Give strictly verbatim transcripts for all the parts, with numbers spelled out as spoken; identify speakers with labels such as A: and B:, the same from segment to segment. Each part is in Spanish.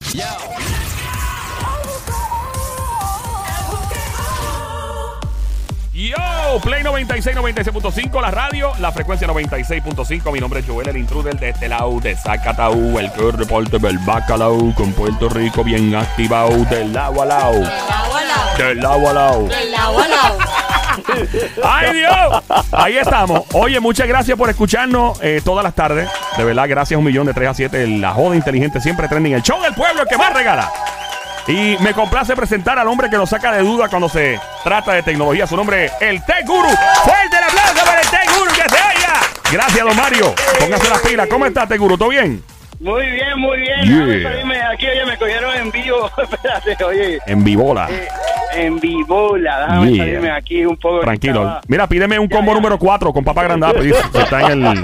A: Yo, Play noventa y seis, noventa y seis punto cinco, la radio, la frecuencia noventa y seis punto cinco. Mi nombre es Joel, el intruder de este lado, de Zacatau, el que reporte del bacalao, con Puerto Rico bien activado, del lado a lado. Del lado a lado. Del lado a lado. Del lado a lado. ¡Ay, Dios! Ahí estamos. Oye, muchas gracias por escucharnos eh, todas las tardes. De verdad, gracias un millón de tres a siete. La joda inteligente siempre trending. El show del pueblo, el que más regala. Y me complace presentar al hombre que nos saca de duda cuando se trata de tecnología. Su nombre es el Tech Guru. ¡Fuerte el aplauso para el Tech Guru, que se oiga! Gracias, don Mario. Póngase las pilas. ¿Cómo está, Tech Guru? ¿Todo bien?
B: Muy bien, muy bien.
A: Yeah.
B: Salirme aquí, oye, me cogieron en vivo. Espérate, oye.
A: En vivola.
B: Eh, en vivola. Déjame yeah. salirme aquí un poco.
A: Tranquilo.
B: Estaba...
A: Mira, pídeme un
B: ya,
A: combo
B: ya.
A: número cuatro con papa grandada. Pues, está en el...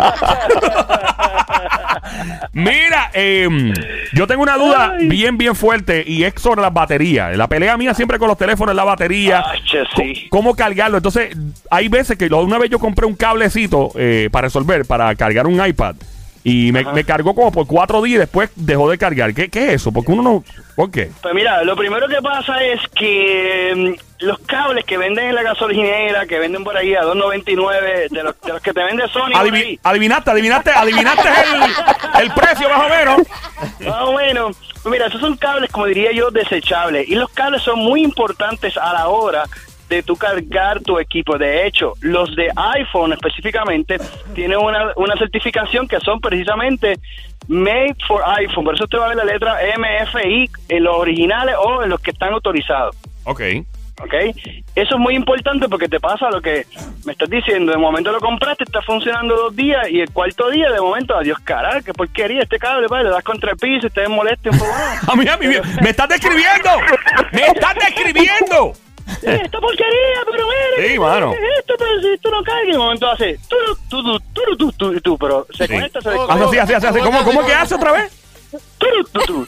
A: Mira, eh, yo tengo una duda Ay. bien, bien fuerte y es sobre las baterías. La pelea mía siempre con los teléfonos es la batería.
B: Ay, che, sí.
A: ¿Cómo cargarlo? Entonces, hay veces que una vez yo compré un cablecito eh, para resolver, para cargar un iPad. Y me, me cargó como por cuatro días y después dejó de cargar. ¿Qué, qué es eso? Porque uno no... ¿Por qué?
B: Pues mira, lo primero que pasa es que um, los cables que venden en la gasolinera, que venden por ahí a dos noventa y nueve, de los, de los que te vende Sony...
A: Adivi adivinaste, adivinaste, adivinaste el, el precio más o menos.
B: Más o menos. Pues mira, esos son cables, como diría yo, desechables. Y los cables son muy importantes a la hora de tú cargar tu equipo. De hecho, los de iPhone específicamente tienen una, una certificación que son precisamente made for iPhone. Por eso usted va a ver la letra M F I en los originales o en los que están autorizados.
A: Ok.
B: Ok. Eso es muy importante porque te pasa lo que me estás diciendo. De momento lo compraste, está funcionando dos días y el cuarto día, de momento, adiós, carajo, qué porquería este cable, padre, le das contra el piso y te molesta un poco.
A: A mí, a mí, me estás describiendo. Me estás describiendo.
B: Sí, esta porquería, pero mira,
A: sí, mano.
B: Esto, pero si tú no cargas, en un momento hace tú, tú, tú, tú, tú, tú, tú, pero se
A: sí.
B: conecta, se
A: desconecta. Así, así, así, así. ¿Cómo, cómo que hace otra vez?
B: Tú, tú, tú.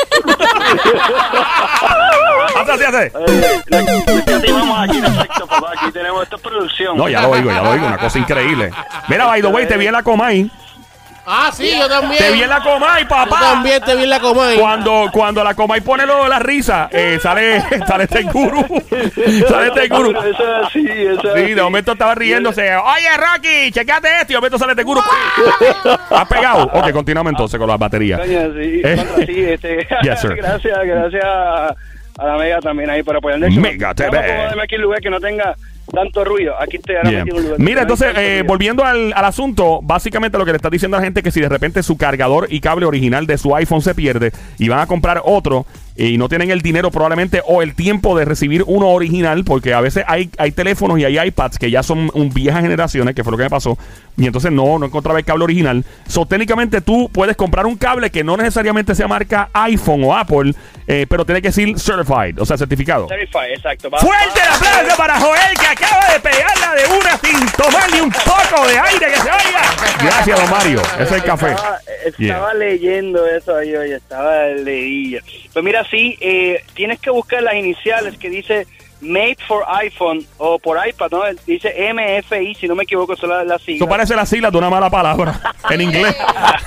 A: Así, así, así.
B: Aquí vamos aquí, perfecto, papá, aquí tenemos esta producción.
A: No, ya lo oigo, ya lo oigo, una cosa increíble. Mira, by the way, te vi en la Comay.
C: Ah, sí, yo también.
A: Te vi en la Comay, papá.
C: Yo también te vi en la Comay.
A: Cuando, cuando la Comay pone lo, la risa, eh, sale, sale este gurú. Sale este gurú.
B: Eso es así, eso es
A: sí, de momento estaba riéndose. Oye, Rocky, chequeate esto. Y de momento sale este gurú. ¿Has pegado? Ok, continuamos entonces con las baterías.
B: Coño, sí,
A: eh.
B: contra, sí, este,
A: Yes, sir.
B: Gracias, gracias a la Mega también ahí por apoyarme.
A: Mega T V.
B: Vamos a ponerme aquí en lugar que no tenga tanto ruido. Aquí estoy ahora
A: yeah.
B: metido en un lugar.
A: Mira, entonces, eh, volviendo al, al asunto, básicamente lo que le está diciendo a la gente es que si de repente su cargador y cable original de su iPhone se pierde y van a comprar otro y no tienen el dinero probablemente o el tiempo de recibir uno original, porque a veces hay, hay teléfonos y hay iPads que ya son un viejas generaciones, que fue lo que me pasó, y entonces no, no encontraba el cable original. So, técnicamente tú puedes comprar un cable que no necesariamente sea marca iPhone o Apple, eh, pero tiene que ser certified, o sea, certificado.
B: Certified, exacto. Va,
A: ¡Fuerte el
B: va,
A: aplauso
B: va,
A: para Joel, que acaba de pegarla de una sin tomar ni un poco de aire que se oiga! Gracias, don Mario. Ese es el café.
B: Estaba, estaba
A: Yeah.
B: leyendo eso ahí, oye, estaba leía. Pues mira, sí, eh, tienes que buscar las iniciales que dice Made for iPhone o por iPad, ¿no? Dice M F I, si no me equivoco, son las la siglas.
A: Eso parece la sigla de una mala palabra en inglés.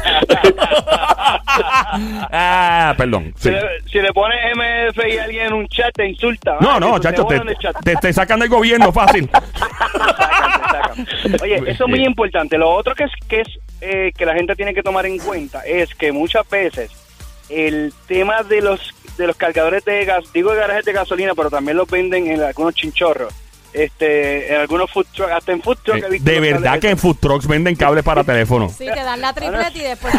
A: ah, perdón. Sí.
B: Si, le, si le pones M F I a alguien en un chat, te insulta.
A: No,
B: ah,
A: no, chacho, te, te, te sacan del gobierno fácil.
B: Te sacan, te sacan. Oye, eso es muy importante. Lo otro que es que es eh, que la gente tiene que tomar en cuenta es que muchas veces el tema de los de los cargadores de gas, digo de garajes de gasolina, pero también los venden en algunos chinchorros, este, en algunos food trucks, hasta en food trucks.
A: Eh, de verdad que en food trucks venden cables para teléfono.
D: Sí, te dan la tripleta y después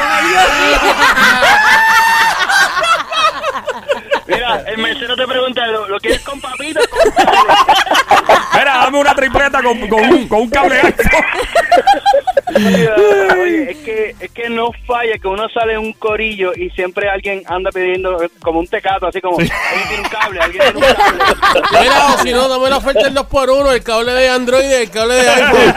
B: Mira, el mesero te pregunta, ¿lo, lo quieres con papitas?
A: Mira, dame una tripleta con, con, un, con un cable alto.
B: Oye, es que, es que no falla que uno sale en un corillo y siempre alguien anda pidiendo como un tecato, así como, sí. Alguien tiene un cable, alguien tiene un cable.
C: Mira, o si no, dame la oferta el dos por uno, el cable de Android y el cable de iPhone.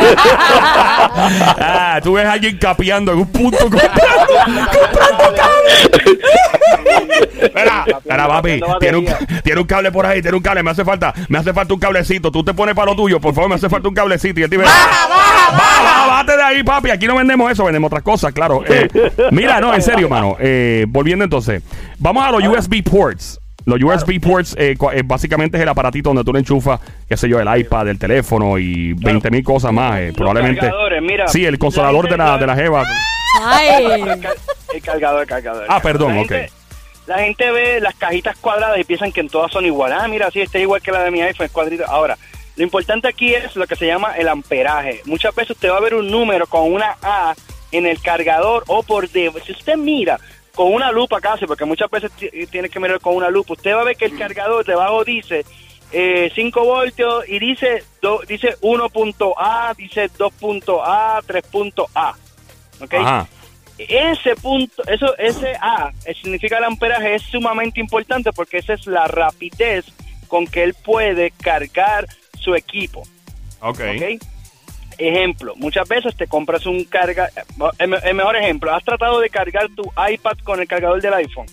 A: Ah, tú ves a alguien capeando en un punto comprando, comprando cable. Espera, espera, papi. Tiene un, tiene un cable por ahí, tiene un cable. Me hace falta, me hace falta un cablecito. Tú te pones para lo tuyo, por favor, me hace falta un cablecito. Y él dice, baja, baja, baja, bájate de ahí, papi. Aquí no vendemos eso, vendemos otras cosas, claro. Eh, mira, no, en serio, mano. Eh, volviendo entonces, vamos a los U S B ports. Los U S B ports eh, eh, básicamente es el aparatito donde tú le enchufas, qué sé yo, el iPad, el teléfono y veinte mil cosas más. Eh, probablemente.
B: Mira,
A: sí, el consolador de la, de la jeva.
B: Ay. El cargador, el cargador.
A: Ah, perdón,
B: la
A: ok.
B: Gente, la gente ve las cajitas cuadradas y piensan que en todas son iguales. Ah, mira, sí, este es igual que la de mi iPhone, es cuadrito. Ahora, lo importante aquí es lo que se llama el amperaje. Muchas veces usted va a ver un número con una A en el cargador o por debajo. Si usted mira con una lupa casi, porque muchas veces tiene que mirar con una lupa, usted va a ver que el cargador debajo dice eh, cinco voltios y dice do, dice uno punto A, dice dos punto A, tres punto A. ¿Ok?
A: Ajá.
B: Ese punto, eso, ese A, eh, significa el amperaje, es sumamente importante porque esa es la rapidez con que él puede cargar su equipo.
A: Ok.
B: ¿Okay? Ejemplo, muchas veces te compras un carga... El, el mejor ejemplo, ¿has tratado de cargar tu iPad con el cargador del iPhone?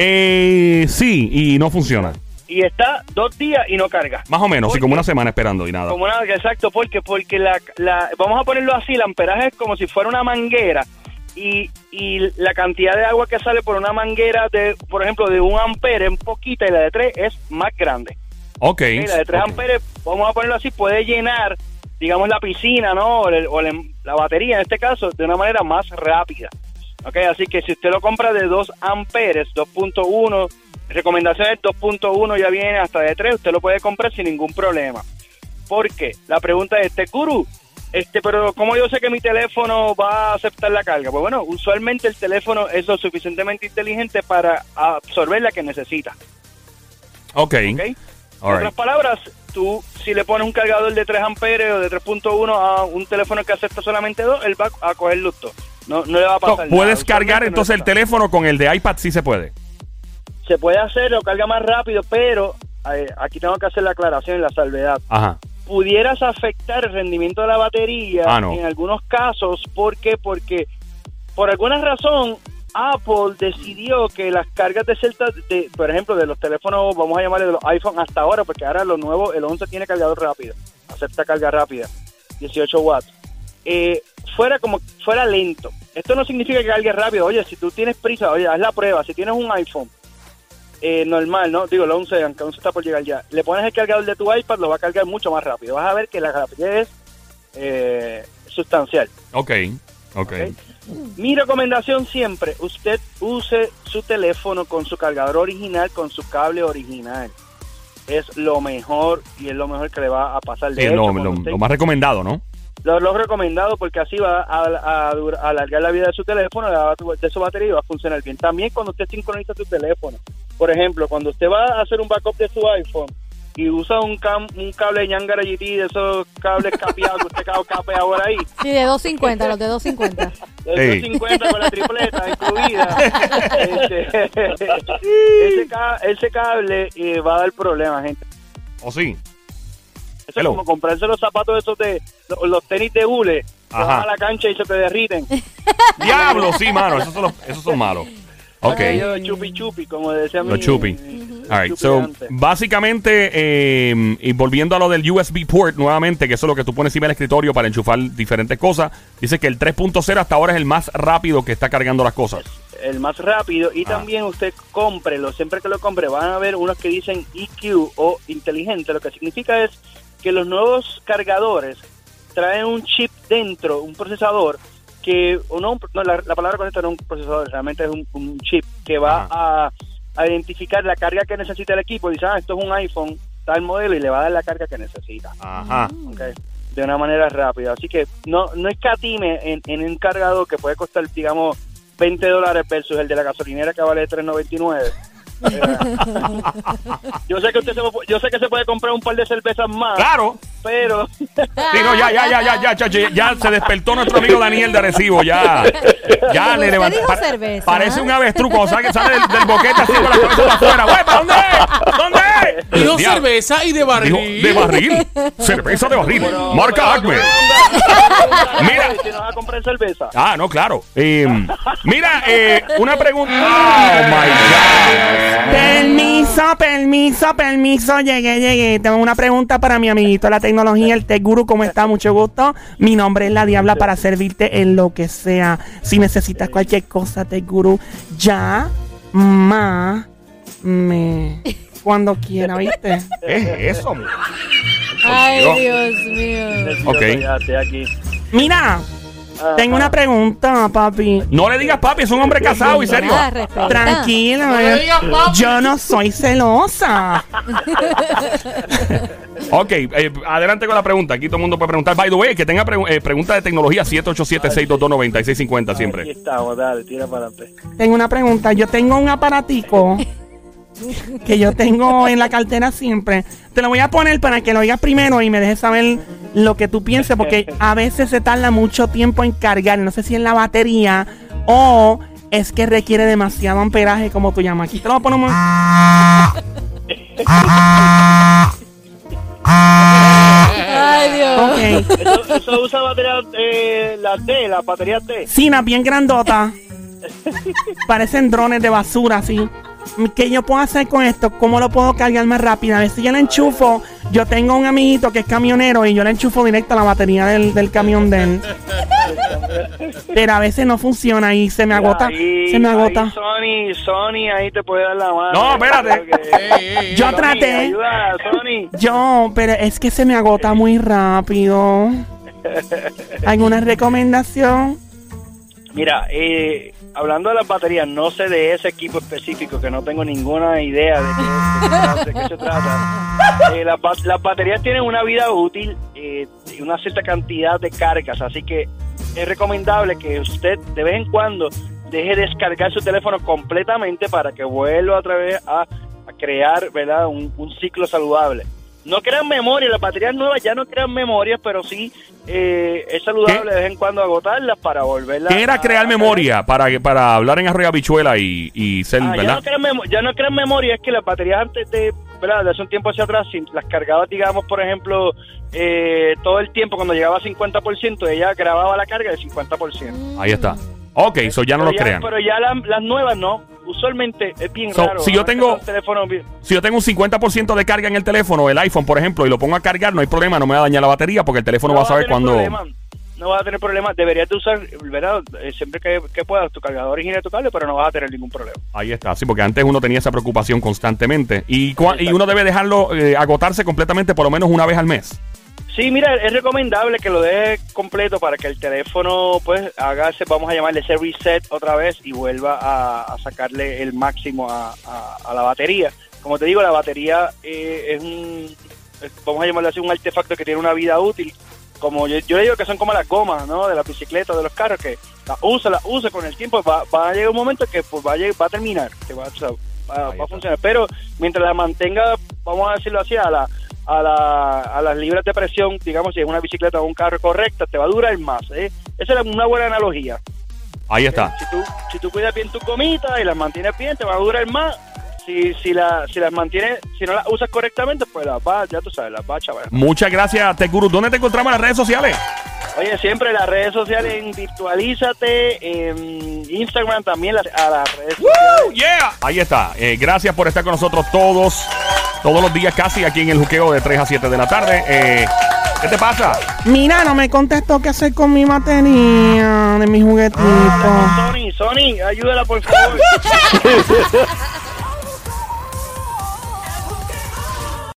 A: Eh, sí, y no funciona.
B: Y está dos días y no carga.
A: Más o menos, sí, como una semana esperando y nada.
B: Como una, exacto, porque porque la, la vamos a ponerlo así, el amperaje es como si fuera una manguera y, y la cantidad de agua que sale por una manguera de, por ejemplo, de un ampere es poquita y la de tres es más grande.
A: Ok.
B: ¿Okay? La de tres
A: okay.
B: amperes, vamos a ponerlo así, puede llenar, digamos, la piscina, ¿no? O, el, o el, la batería, en este caso, de una manera más rápida. Ok, así que si usted lo compra de dos amperes, dos punto uno, recomendaciones dos punto uno ya viene hasta de tres, usted lo puede comprar sin ningún problema. ¿Por qué? La pregunta es, este gurú, este, pero ¿cómo yo sé que mi teléfono va a aceptar la carga? Pues bueno, usualmente el teléfono es lo suficientemente inteligente para absorber la que necesita.
A: Ok.
B: ¿Okay? En
A: All
B: otras
A: right.
B: palabras, tú si le pones un cargador de tres amperes o de tres punto uno a un teléfono que acepta solamente dos, él va a coger los dos. No, no le va a pasar
A: No, puedes
B: nada.
A: cargar
B: Usualmente
A: entonces
B: no
A: el teléfono con el de iPad, sí se puede.
B: Se puede hacer, lo carga más rápido, pero eh, aquí tengo que hacer la aclaración, la salvedad.
A: Ajá.
B: Pudieras afectar el rendimiento de la batería
A: ah, no.
B: en algunos casos. ¿Por qué? Porque por alguna razón Apple decidió que las cargas de celda, de, por ejemplo, de los teléfonos, vamos a llamarle de los iPhone hasta ahora, porque ahora lo nuevo, el once tiene cargador rápido, acepta carga rápida, dieciocho watts, eh, fuera como fuera lento. Esto no significa que cargue rápido. Oye, si tú tienes prisa, oye, haz la prueba. Si tienes un iPhone eh, normal, ¿no? Digo, el once, aunque el once está por llegar ya, le pones el cargador de tu iPad, lo va a cargar mucho más rápido. Vas a ver que la rapidez es eh, sustancial.
A: Ok, ok.
B: ¿Okay? Mi recomendación siempre, usted use su teléfono con su cargador original, con su cable original. Es lo mejor y es lo mejor que le va a pasar. De
A: Sí,
B: hecho,
A: lo,
B: cuando
A: lo,
B: usted-
A: lo más recomendado, ¿no?
B: Lo, lo recomendado porque así va a, a, a dur- a alargar la vida de su teléfono, la- de su batería y va a funcionar bien. También cuando usted sincroniza su teléfono. Por ejemplo, cuando usted va a hacer un backup de su iPhone y usa un, cam, un cable de Ñangara G T, de esos cables capeados que usted ca- capea ahora ahí,
D: Sí, de doscientos cincuenta, los de doscientos cincuenta.
B: de
A: Ey.
B: doscientos cincuenta con la tripleta incluida, este, ese, ca- ese cable eh, va a dar problemas, gente.
A: ¿O sí?
B: Eso
A: Hello.
B: es como comprarse los zapatos esos de los, los tenis de hule, que
A: Ajá.
B: vas a la cancha y se te derriten.
A: Diablo, sí, mano. Esos son, los, esos son malos. Ok.
B: Aquello chupi chupi, como decía mi
A: Los chupi.
B: mi-
A: All right,
B: chupi
A: so,
B: antes.
A: básicamente, eh, y volviendo a lo del U S B port nuevamente, que eso es lo que tú pones encima del escritorio para enchufar diferentes cosas, dice que el tres punto cero hasta ahora es el más rápido que está cargando las cosas.
B: El más rápido. Y
A: Ah.
B: también usted cómprelo, siempre que lo compre van a ver unos que dicen E Q o inteligente. Lo que significa es que los nuevos cargadores traen un chip dentro, un procesador que, o no, no la, la palabra correcta no es un procesador, realmente es un, un chip que va a, a identificar la carga que necesita el equipo. Dice, ah, esto es un iPhone, tal modelo, y le va a dar la carga que necesita.
A: Ajá.
B: Okay. De una manera rápida. Así que no no escatime en, en un cargador que puede costar, digamos, veinte dólares versus el de la gasolinera que vale tres noventa y nueve. Eh, yo sé que usted se, yo sé que se puede comprar un par de cervezas más,
A: Claro.
B: pero
A: Sí, no, ya, ya, ya, ya, ya, chacho, ya, ya se despertó nuestro amigo Daniel de Arecibo, ya. Ya le
D: Usted
A: levantó.
D: dijo cerveza,
A: Parece
D: ¿eh?
A: un avestruz cuando sale, sale del, del boquete así con la cabeza para afuera. ¡Güey, para dónde es! ¿Dónde es?
C: Dijo
A: Diablo.
C: cerveza y de
A: Dijo,
C: barril.
A: de barril. Cerveza de barril.
B: Bueno,
A: Marca
B: bueno,
A: Acme.
B: bueno,
A: Mira.
B: Si nos vas a comprar cerveza.
A: Ah, no, claro. Eh, mira, eh, una pregunta. Oh, my God.
E: Permiso, permiso, permiso. Llegué, llegué. Tengo una pregunta para mi amiguito de la tecnología, el Tech Guru. ¿Cómo está? Mucho gusto. Mi nombre es La Diabla para servirte en lo que sea. Si necesitas cualquier cosa, Tech Guru, ya, ma, me, cuando quiera, ¿viste?
A: ¿Qué es eso?
D: Ay,
A: Dios.
D: Dios mío.
B: Nervioso,
A: Ok.
B: ya estoy aquí.
E: Mira,
B: Ajá.
E: tengo una pregunta, papi.
A: No le digas papi, es un hombre casado y serio.
D: Ah, respeta.
E: Tranquilo,
C: No le
E: eh.
C: digas papi.
E: Yo no soy celosa.
A: Ok, eh, adelante con la pregunta. Aquí todo el mundo puede preguntar. By the way, que tenga pregu- eh, preguntas de tecnología, siete ocho siete, seis dos dos, nueve seis cinco cero
B: Aquí
A: siempre.
B: estamos, dale, tira para adelante.
E: Tengo una pregunta. Yo tengo un aparatico que yo tengo en la cartera siempre. Te lo voy a poner para que lo oigas primero y me dejes saber lo que tú pienses, porque a veces se tarda mucho tiempo en cargar. No sé si es la batería o es que requiere demasiado amperaje, como tú llamas. Aquí te lo voy a poner un momento.
D: Ay, Dios.
E: Ok.
B: Eso, eso usa batería, eh, la T, la batería T.
E: Cinas bien grandota. Parecen drones de basura, así. ¿Qué yo puedo hacer con esto? ¿Cómo lo puedo cargar más rápido? A ver si yo la enchufo. Yo tengo un amiguito que es camionero y yo le enchufo directo a la batería del, del camión de él. Pero a veces no funciona y se me agota.
B: Ahí-
E: Se me
B: ahí
E: agota.
B: Sony, Sony, ahí te puede dar la mano.
A: No, espérate.
B: Creo que-
C: Ey, ey,
E: Yo
C: ey.
B: Sony,
E: traté.
B: Ayuda, Sony.
E: Yo, pero es que se me agota muy rápido. ¿Alguna recomendación?
B: Mira, eh, hablando de las baterías, no sé de ese equipo específico, que no tengo ninguna idea de qué, de qué trata- de qué se trata. Eh, las, ba- las baterías tienen una vida útil eh, y una cierta cantidad de cargas, así que es recomendable que usted de vez en cuando deje descargar su teléfono completamente para que vuelva otra vez a, a crear, ¿verdad?, un, un ciclo saludable. No crean memoria, las baterías nuevas ya no crean memorias, pero sí eh, es saludable
A: ¿Qué?
B: de vez en cuando agotarlas para volverlas.
A: ¿Qué era
B: a-
A: crear
B: a-
A: memoria para, que- para hablar en arroyo habichuela y, y ser,
B: Ah, ya,
A: verdad?
B: no crean memo- ya no crean memoria, es que las baterías antes de, ¿verdad?, de hace un tiempo hacia atrás, si las cargabas, digamos, por ejemplo, eh, todo el tiempo, cuando llegaba a cincuenta por ciento, ella grababa la carga de cincuenta por ciento.
A: Ahí está. Ok, eso ya no
B: pero
A: lo
B: ya,
A: crean.
B: Pero ya la- las nuevas no. Usualmente es bien
A: So,
B: raro.
A: si yo
B: ¿no?
A: tengo-
B: Estos teléfonos bien-
A: Si yo tengo un cincuenta por ciento de carga en el teléfono, el iPhone, por ejemplo, y lo pongo a cargar, no hay problema, no me va a dañar la batería porque el teléfono
B: no
A: va a saber
B: tener
A: cuándo...
B: problema, No vas a tener problemas. Deberías de usar, ¿verdad?, Eh, siempre que, que puedas tu cargador original de tu cable, pero no vas a tener ningún problema.
A: Ahí está, sí, porque antes uno tenía esa preocupación constantemente. Y, cua- y uno debe dejarlo eh, agotarse completamente por lo menos una vez al mes.
B: Sí, mira, es recomendable que lo dejes completo para que el teléfono, pues, haga ese, vamos a llamarle ese reset otra vez y vuelva a, a sacarle el máximo a, a- a la batería. Como te digo, la batería eh, es un, es- vamos a llamarle así, un artefacto que tiene una vida útil. Como yo, yo le digo que son como las gomas, ¿no?, de las bicicletas, de los carros, que las usa, las usa con el tiempo, va, va a llegar un momento que pues va a, lleg- va a terminar, que va, o sea, va- va a funcionar. Pero mientras la mantenga, vamos a decirlo así, a la a, la, a las libras de presión, digamos, si es una bicicleta o un carro correcta, te va a durar más, ¿eh? Esa es una buena analogía.
A: Ahí está.
B: Si tú, si tú cuidas bien tus gomitas y las mantienes bien, te va a durar más. Si, si, la, si las mantienes, si no las usas correctamente, pues las va, ya tú sabes, las va a chaval.
A: Muchas gracias, Tech Guru. ¿Dónde te encontramos en las redes sociales?
B: Oye, siempre las redes sociales en Virtualízate, en Instagram también, las, a las redes
A: ¡Woo!
B: sociales.
A: ¡Yeah! Ahí está. Eh, gracias por estar con nosotros todos, todos los días casi aquí en el juqueo de tres a siete de la tarde. Eh, ¿Qué te pasa?
E: Mira, no me contestó qué hacer con mi batería de mi juguetito.
B: Sony, Sony, ayúdala por favor.